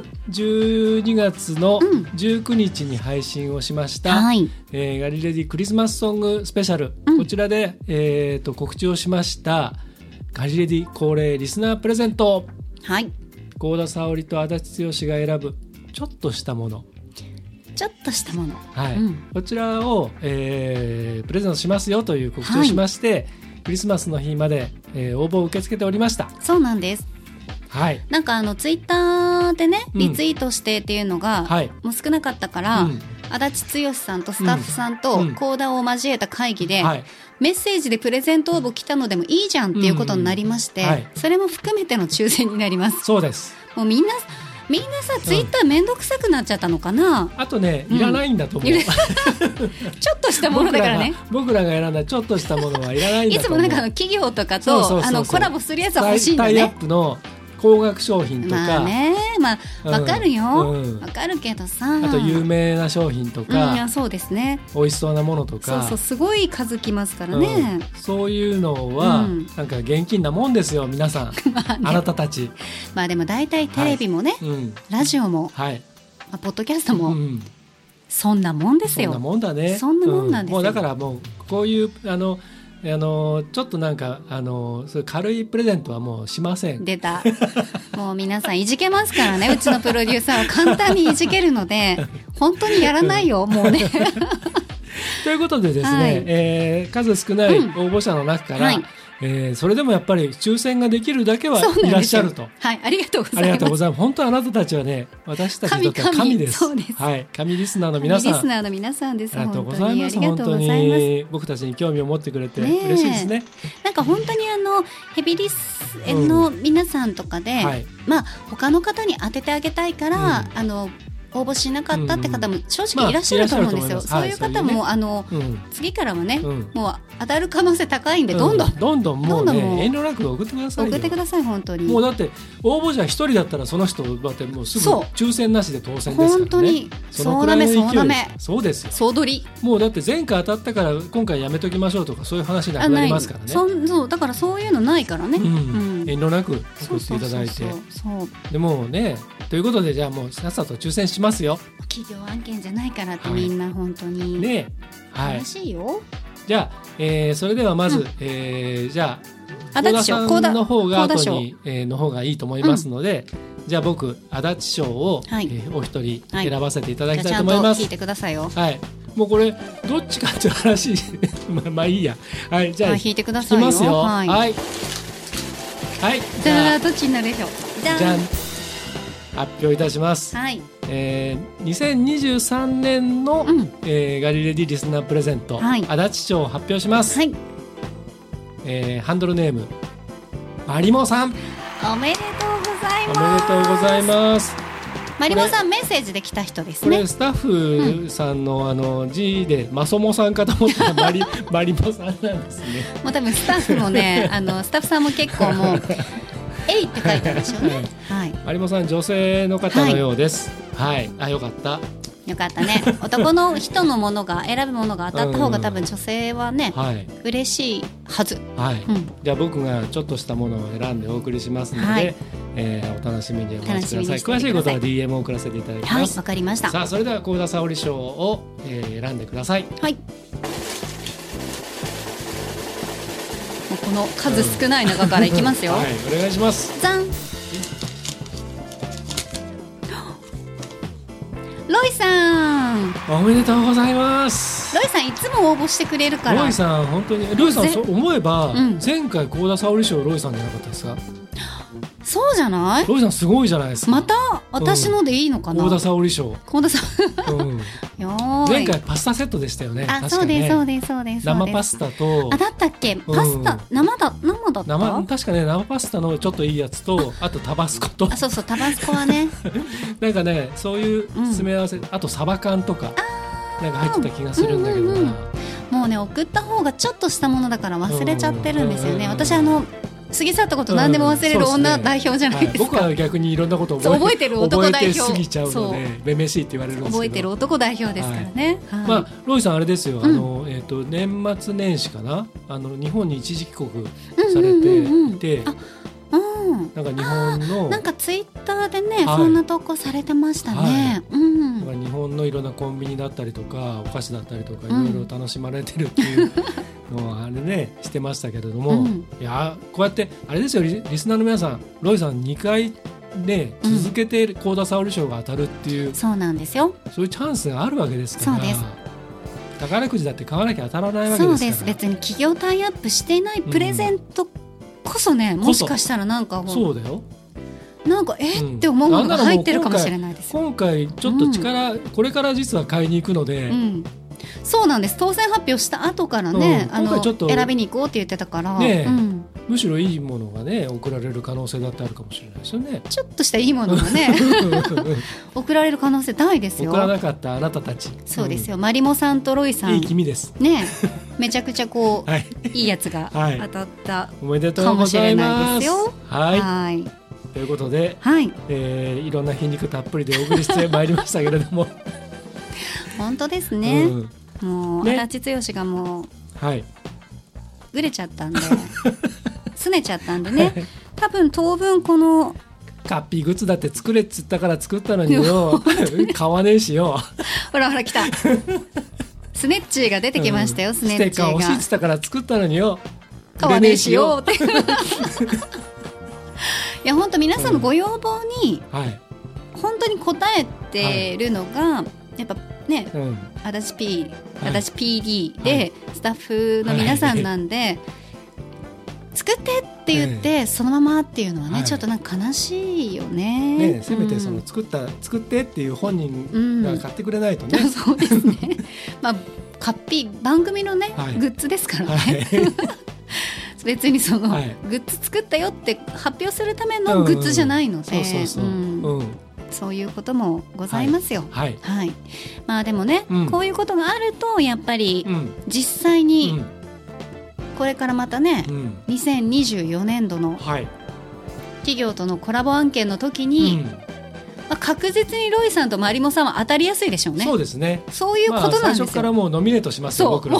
12月の19日に配信をしました、ガリレディクリスマスソングスペシャル、こちらで、告知をしましたガリレディ恒例リスナープレゼント、幸田沙織と足立剛が選ぶちょっとしたもの、 ちょっとしたもの、 こちらを、プレゼントしますよという告知をしまして、クリスマスの日まで、応募を受け付けておりました。 そうなんです。なんかツイッターでねリツイートしてっていうのが、もう少なかったから、足立剛さんとスタッフさんと幸田を交えた会議で、メッセージでプレゼント応募来たのでもいいじゃんっていうことになりまして、それも含めての抽選になります。 そうです。 もうみんなさツイッターめんどくさくなっちゃったのかな。 あとね、いらないんだと思うちょっとしたものだからね。 僕らが選んだちょっとしたものはいらないんだと思う。 いつもなんか企業とかとコラボするやつは欲しいんだね。 タイアップの高額商品とか、 まあね、分かるよ、分かるけどさ、 あと有名な商品とか、そうですね、 美味しそうなものとか、 すごい数きますからね、 そういうのは、なんか現金なもんですよ皆さんあなたたち。 でも大体テレビもね、ラジオも、ポッドキャストも、そんなもんですよ。 そんなもんだね。 そんなもんなんですよ。 もうだからもうこういうちょっとなんかそういう軽いプレゼントはもうしません。 出たもう皆さんいじけますからねうちのプロデューサーは簡単にいじけるので本当にやらないよもうねということでですね、数少ない応募者の中から、それでもやっぱり抽選ができるだけはいらっしゃると。 ありがとうございます。 ありがとうございます。本当あなたたちはね、私たちにとっては神です。 そうです。 神リスナーの皆さん。 神リスナーの皆さんです。 ありがとうございます。本当に僕たちに興味を持ってくれて嬉しいですね。 なんか本当にヘビリスの皆さんとかで、他の方に当ててあげたいから、応募しなかったって方も正直いらっしゃると思うんですよ。そういう方も次からはね、もう当たる可能性高いんでどんどんもうね遠慮なく送ってくださいよ。 送ってください本当に。 もうだって応募者一人だったらその人だってもうすぐ抽選なしで当選ですからね。 本当にそうだめそうだめ。 そうですよ。 総取り。 もうだって前回当たったから今回やめときましょうとかそういう話なくなりますからね。 そうだからそういうのないからね。 遠慮なく送っていただいて。でもねということでじゃあもうさっさと抽選しますよ。 企業案件じゃないからってみんな本当にね楽しいよ。 じゃあ、それではまず、じゃあ幸田さんの方が後に、の方がいいと思いますので、じゃあ僕足立賞を、お一人選ばせていただきたいと思います。 聞いてくださいよ。 もうこれどっちかっていう話まあいいや。じゃあ引いてくださいよ。 いきますよ。 じゃあどっちになるでしょう。 じゃん発表いたします。2023年の、ガリレディリスナープレゼント、足立賞を発表します。ハンドルネームマリモさん、 おめでとうございます。 おめでとうございます。 マリモさんメッセージで来た人ですね。 これスタッフさんの、字でマソモさんかと思ったらマリモさんなんですね。 もう多分スタッフもねスタッフさんも結構もうえいって書いてあるでしょうね。 マリモさん女性の方のようです。よかった。 よかったね。男の人のものが選ぶものが当たった方が多分女性はね、嬉しいはず。 じゃあ僕がちょっとしたものを選んでお送りしますので、お楽しみにお待ちください。詳しいことは DM を送らせていただきます。 わかりました。 さあそれでは幸田沙織賞を、選んでください。 この数少ない中からいきますよ、 はい、お願いします。 じゃん。ロイさん、 おめでとうございます。 ロイさんいつも応募してくれるから。 ロイさん本当に、ロイさんそう思えば、前回幸田沙織賞ロイさんじゃなかったですか。 そうじゃない。 ロイさんすごいじゃないですか。 また私のでいいのかな。 幸田沙織賞。 幸田さん、 前回パスタセットでしたよね。 あ、そうですそうですそうです。 生パスタと、 あ、だったっけ、パスタ、生だった。 確かね、生パスタのちょっといいやつと、あとタバスコと、 あ、そうそう、タバスコはねなんかね、そういう詰め合わせ、あとサバ缶とかなんか入ってた気がするんだけどな。 もうね、送った方がちょっとしたものだから忘れちゃってるんですよね。私過ぎ去ったこと何でも忘れる女代表じゃないですか。 僕は逆にいろんなことを覚えてる男代表、 覚えてすぎちゃうのでめめしいって言われるんですけど、 覚えてる男代表ですからね。 まあロイさんあれですよ、年末年始かな、日本に一時帰国されていて、なんか日本のなんかツイッターでね、そんな投稿されてましたね。 なんか日本のいろんなコンビニだったりとかお菓子だったりとかいろいろ楽しまれてるっていうのをあれねしてましたけれども、いやこうやってあれですよ、リスナーの皆さん、ロイさん2回ね続けて幸田沙織賞が当たるっていう、 そうなんですよ。 そういうチャンスがあるわけですから。 そうです。 宝くじだって買わなきゃ当たらないわけですから。 そうです。別に企業タイアップしていないプレゼントこそね、もしかしたらなんかそうだよ、 なんかって思うものが入ってるかもしれないですよ。 今回ちょっとこれから実は買いに行くので、 そうなんです。当選発表した後からね、選びに行こうって言ってたから、 むしろいいものがね送られる可能性だってあるかもしれないですよね。 ちょっとしたいいものがね送られる可能性大ですよ。 送らなかったあなたたち。 そうですよ、マリモさんとロイさん、 いい君ですね。めちゃくちゃこう、いいやつが当たったおめでとうございます。 かもしれないですよ。 はい、ということで、いろんな皮肉たっぷりでお送りしてまいりましたけれども本当ですね、もう足立剛がもう売れちゃったんで拗ねちゃったんでね、多分当分このカッピーグッズだって作れっつったから作ったのによ買わねえしよほらほら来たスネッチーが出てきましたよ、スネッチーが。 ステッカー欲しいっつったから作ったのによ買わねえしよっていや本当皆さんのご要望に本当に応えてるのがやっぱね、足立 P、足立 PD でスタッフの皆さんなんで、作ってって言ってそのままっていうのはね、ちょっとなんか悲しいよね。 せめてその作ってっていう本人が買ってくれないとね。 そうですね。まあカッピー番組のねグッズですからね。別にそのグッズ作ったよって発表するためのグッズじゃないので、そういうこともございますよ。まあでもね、こういうことがあるとやっぱり実際にこれからまたね、2024年度の企業とのコラボ案件の時に、確実にロイさんとマリモさんは当たりやすいでしょうね。 そうですね。 そういうことなんですよ。 最初からもうノミネートしますよ、僕ら。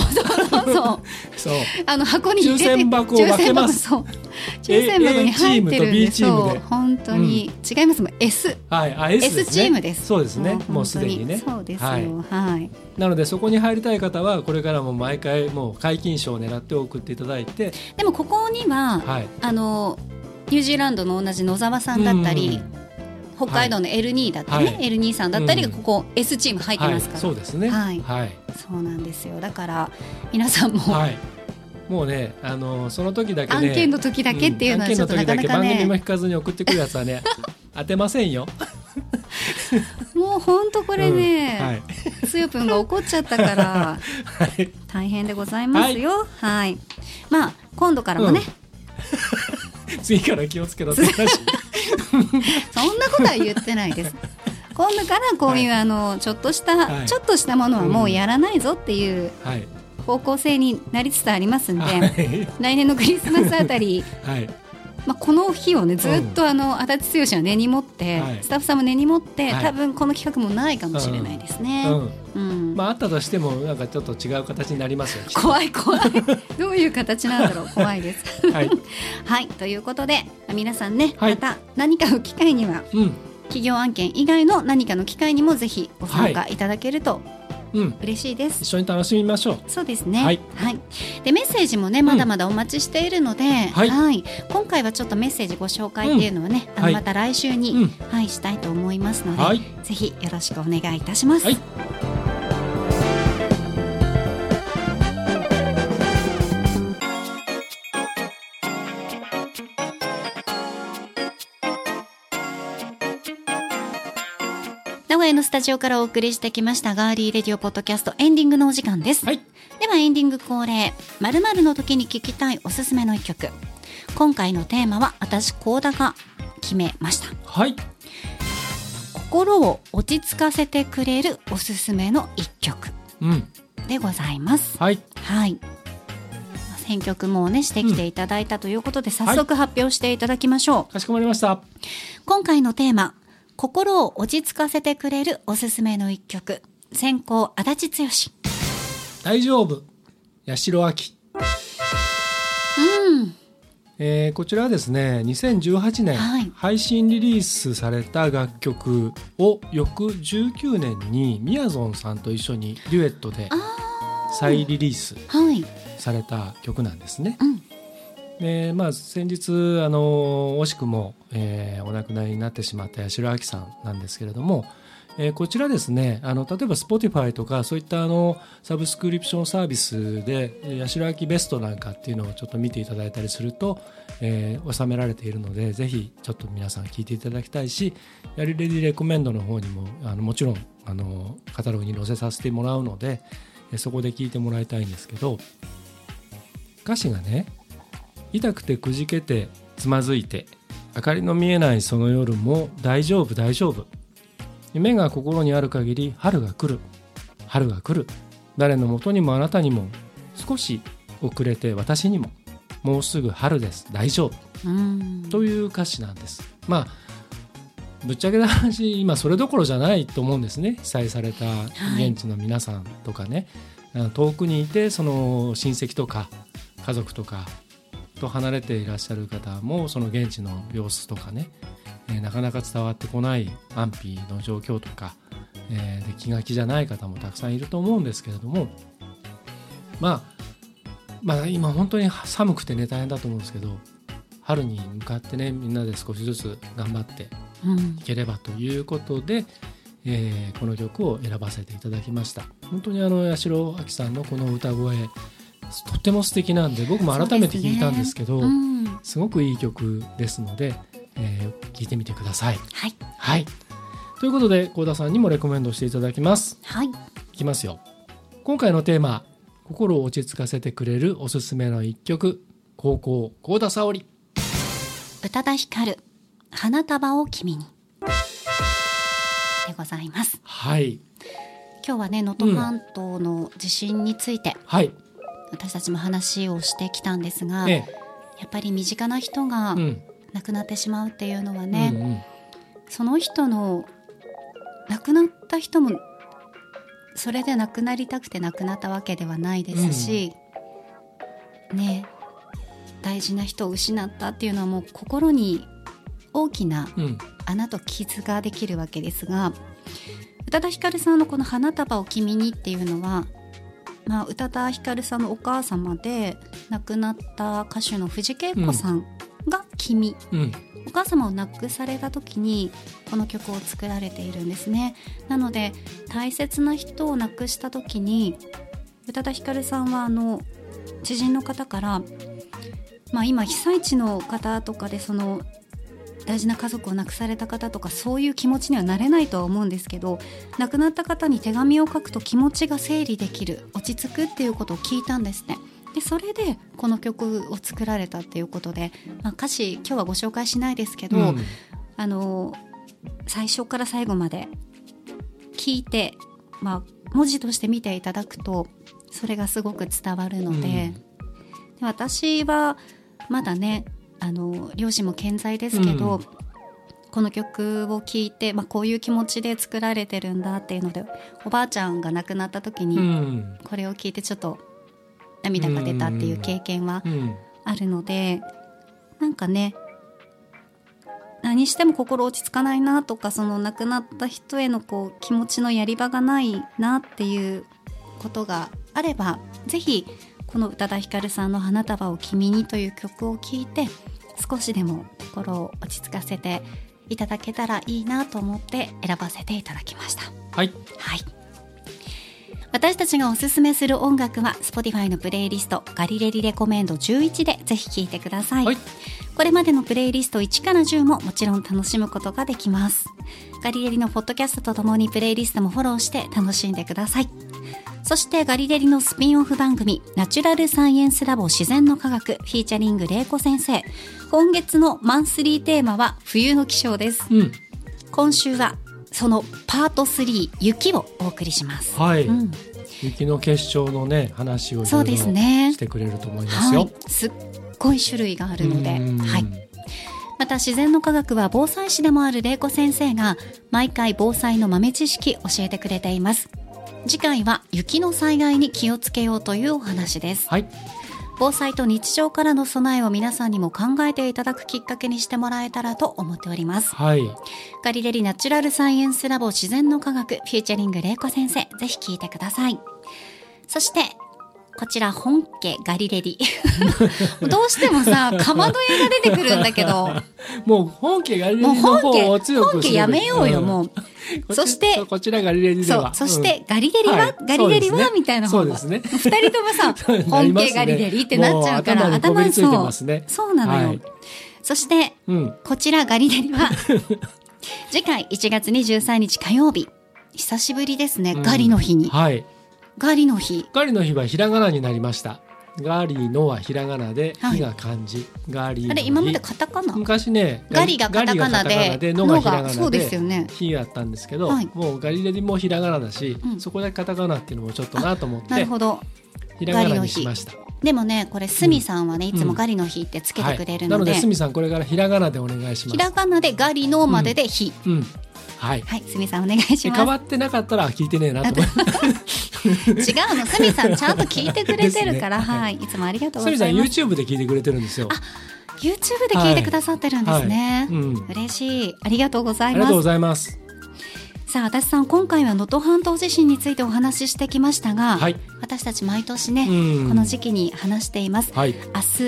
そう箱に入れて抽選箱を分けます。 抽選箱に入ってるんですよ。本当に違いますもん。S チームです。 そうですね。もうすでにね。 そうですよ。はい。 なのでそこに入りたい方はこれからも毎回もう解禁賞を狙って送っていただいて。 でもここにはニュージーランドの同じ野沢さんだったり。北海道の L2 だったりね、L2 さんだったりがここ S チーム入ってますから。 そうですね。 そうなんですよ。だから皆さんももうね、その時だけね、 案件の時だけっていうのはちょっとなかなかね、 番組も引かずに送ってくるやつはね当てませんよもう本当これね、つよぷんが怒っちゃったから大変でございますよ。まあ今度からもね、 次から気をつけろって話そんなことは言ってないです。今度からこういうちょっとしたものはもうやらないぞっていう方向性になりつつありますんで、来年のクリスマスあたり、この日をねずっと足立剛は根に持って、スタッフさんも根に持って、多分この企画もないかもしれないですね。 あったとしてもなんかちょっと違う形になりますよ。 怖いどういう形なんだろう。怖いですはいということで皆さんね、また何かの機会には、企業案件以外の何かの機会にもぜひご参加いただけると嬉しいです。 一緒に楽しみましょう。 そうですね。 はい、 でメッセージもねまだまだお待ちしているので、今回はちょっとメッセージご紹介っていうのはね、また来週に、したいと思いますので、ぜひよろしくお願いいたします。名古屋のスタジオからお送りしてきましたガーリーレディオポッドキャストエンディングのお時間です。ではエンディング恒例〇〇の時に聴きたいおすすめの一曲。今回のテーマは私幸田が決めました。心を落ち着かせてくれるおすすめの一曲でございます。選曲もねしてきていただいたということで、早速発表していただきましょう。 かしこまりました。 今回のテーマ、心を落ち着かせてくれるおすすめの一曲。先行足立剛。 大丈夫、八代亜紀。こちらはですね2018年、配信リリースされた楽曲を翌19年にみやぞんさんと一緒にデュエットで再リリースされた曲なんですね。で先日惜しくも、お亡くなりになってしまった八代亜紀さんなんですけれども、こちらですね例えば Spotify とかそういったサブスクリプションサービスで八代亜紀ベストなんかっていうのをちょっと見ていただいたりすると、収められているので、ぜひちょっと皆さん聞いていただきたいし、やりレディレコメンドの方にももちろんカタログに載せさせてもらうので、そこで聞いてもらいたいんですけど、歌詞がね、痛くてくじけてつまずいて明かりの見えないその夜も大丈夫大丈夫、夢が心にある限り春が来る、春が来る、誰のもとにもあなたにも、少し遅れて私にも、もうすぐ春です大丈夫という歌詞なんです。ぶっちゃけた話、今それどころじゃないと思うんですね。被災された現地の皆さんとかね、遠くにいてその親戚とか家族とかと離れていらっしゃる方も、その現地の様子とかね、なかなか伝わってこない安否の状況とか、で気が気じゃない方もたくさんいると思うんですけれども、今本当に寒くてね大変だと思うんですけど、春に向かってねみんなで少しずつ頑張っていければということで、この曲を選ばせていただきました。本当に八代亜紀さんのこの歌声とても素敵なんで、僕も改めて聴いたんですけど、すごくいい曲ですので、聴いてみてください。ということで幸田さんにもレコメンドしていただきます。いきますよ。今回のテーマ、心を落ち着かせてくれるおすすめの一曲、高校幸田沙織。 宇多田ヒカル、花束を君にでございます。今日はね能登半島の地震について、私たちも話をしてきたんですが、やっぱり身近な人が亡くなってしまうっていうのはね、その人の亡くなった人もそれで亡くなりたくて亡くなったわけではないですし、大事な人を失ったっていうのはもう心に大きな穴と傷ができるわけですが、宇多田ヒカルさんのこの花束を君にっていうのは、宇多田ヒカルさんのお母様で亡くなった歌手の藤圭子さんが君、お母様を亡くされた時にこの曲を作られているんですね。なので大切な人を亡くした時に宇多田ヒカルさんは知人の方から、今被災地の方とかでその大事な家族を亡くされた方とかそういう気持ちにはなれないとは思うんですけど、亡くなった方に手紙を書くと気持ちが整理できる、落ち着くっていうことを聞いたんですね。でそれでこの曲を作られたっていうことで、歌詞今日はご紹介しないですけど、最初から最後まで聞いて、文字として見ていただくとそれがすごく伝わるので、で私はまだね両親も健在ですけど、この曲を聴いて、こういう気持ちで作られてるんだっていうので、おばあちゃんが亡くなった時にこれを聴いてちょっと涙が出たっていう経験はあるので、なんかね何しても心落ち着かないなとか、その亡くなった人へのこう気持ちのやり場がないなっていうことがあれば、ぜひこの宇多田ヒカルさんの花束を君にという曲を聴いて少しでも心を落ち着かせていただけたらいいなと思って選ばせていただきました。 はい、 はい、私たちがおすすめする音楽は Spotify のプレイリストガリレリレコメンド11でぜひ聴いてください、はい、これまでのプレイリスト1から10ももちろん楽しむことができます。ガリレリのポッドキャストとともにプレイリストもフォローして楽しんでください。そしてガリレリのスピンオフ番組ナチュラルサイエンスラボ自然の科学フィーチャリング玲子先生、今月のマンスリーテーマは冬の気象です、今週はそのパート3雪をお送りします。 はい、雪の結晶のね話をいろいろしてくれると思いますよ。はい、 すっごい種類があるので、はい、また自然の科学は防災士でもある玲子先生が毎回防災の豆知識教えてくれています。次回は雪の災害に気をつけようというお話です、はい、防災と日常からの備えを皆さんにも考えていただくきっかけにしてもらえたらと思っております、はい、ガリレリナチュラルサイエンスラボ自然の科学フューチャリング玲子先生、ぜひ聞いてください。そしてこちら本家ガリレリどうしてもさかまど屋が出てくるんだけどもう本家ガリレリの方を強くする。 本家やめようよ、もうそしてこちらガリレリではそしてガリレリは、はい、ガリレリは、みたいな方が、2人ともさ本家ガリレリってなっちゃうから頭にこびりついてますね。 そうなのよ、はい、そして、こちらガリレリは次回1月23日火曜日、久しぶりですね、ガリの日に、はい、ガリの日はひらがなになりました。ガリのはひらがなで、日が漢字、ガリの日。 あれ今までカタカナ？ 昔ね、 ガリがカタカナで、 のがひらがなで、 そうですよね。 日があったんですけど、もうガリレリもひらがなだし、そこだけカタカナっていうのもちょっとなと思って、なるほど、ひらがなにしました。 でもね、これスミさんはね、いつもガリの日ってつけてくれるので、 なのでスミさんこれからひらがなでお願いします。 ひらがなでガリのまでで日。はい、すみさんお願いします。 変わってなかったら聞いてねえなと思違うの、すみさんちゃんと聞いてくれてるから、はい、いつもありがとうございます。 すみさん YouTube で聞いてくれてるんですよ。 YouTube で聞いてくださってるんですね、嬉しい、ありがとうございます。 ありがとうございます。 さあ、足立さん、今回は能登半島地震についてお話ししてきましたが、私たち毎年ね、この時期に話しています、明日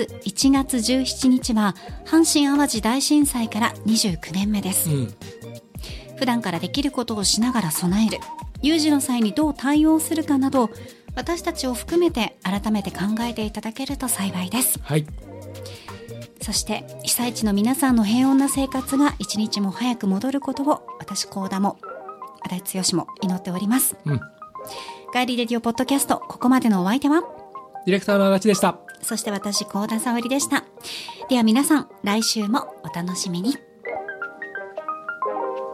1月17日は阪神淡路大震災から29年目です、普段からできることをしながら備える、有事の際にどう対応するかなど、私たちを含めて改めて考えていただけると幸いです、そして被災地の皆さんの平穏な生活が一日も早く戻ることを、私高田も足立剛も祈っております、ガイリレディオポッドキャスト、ここまでのお相手はディレクターの足立でした。 そして私高田沙織でした。では皆さん、来週もお楽しみに。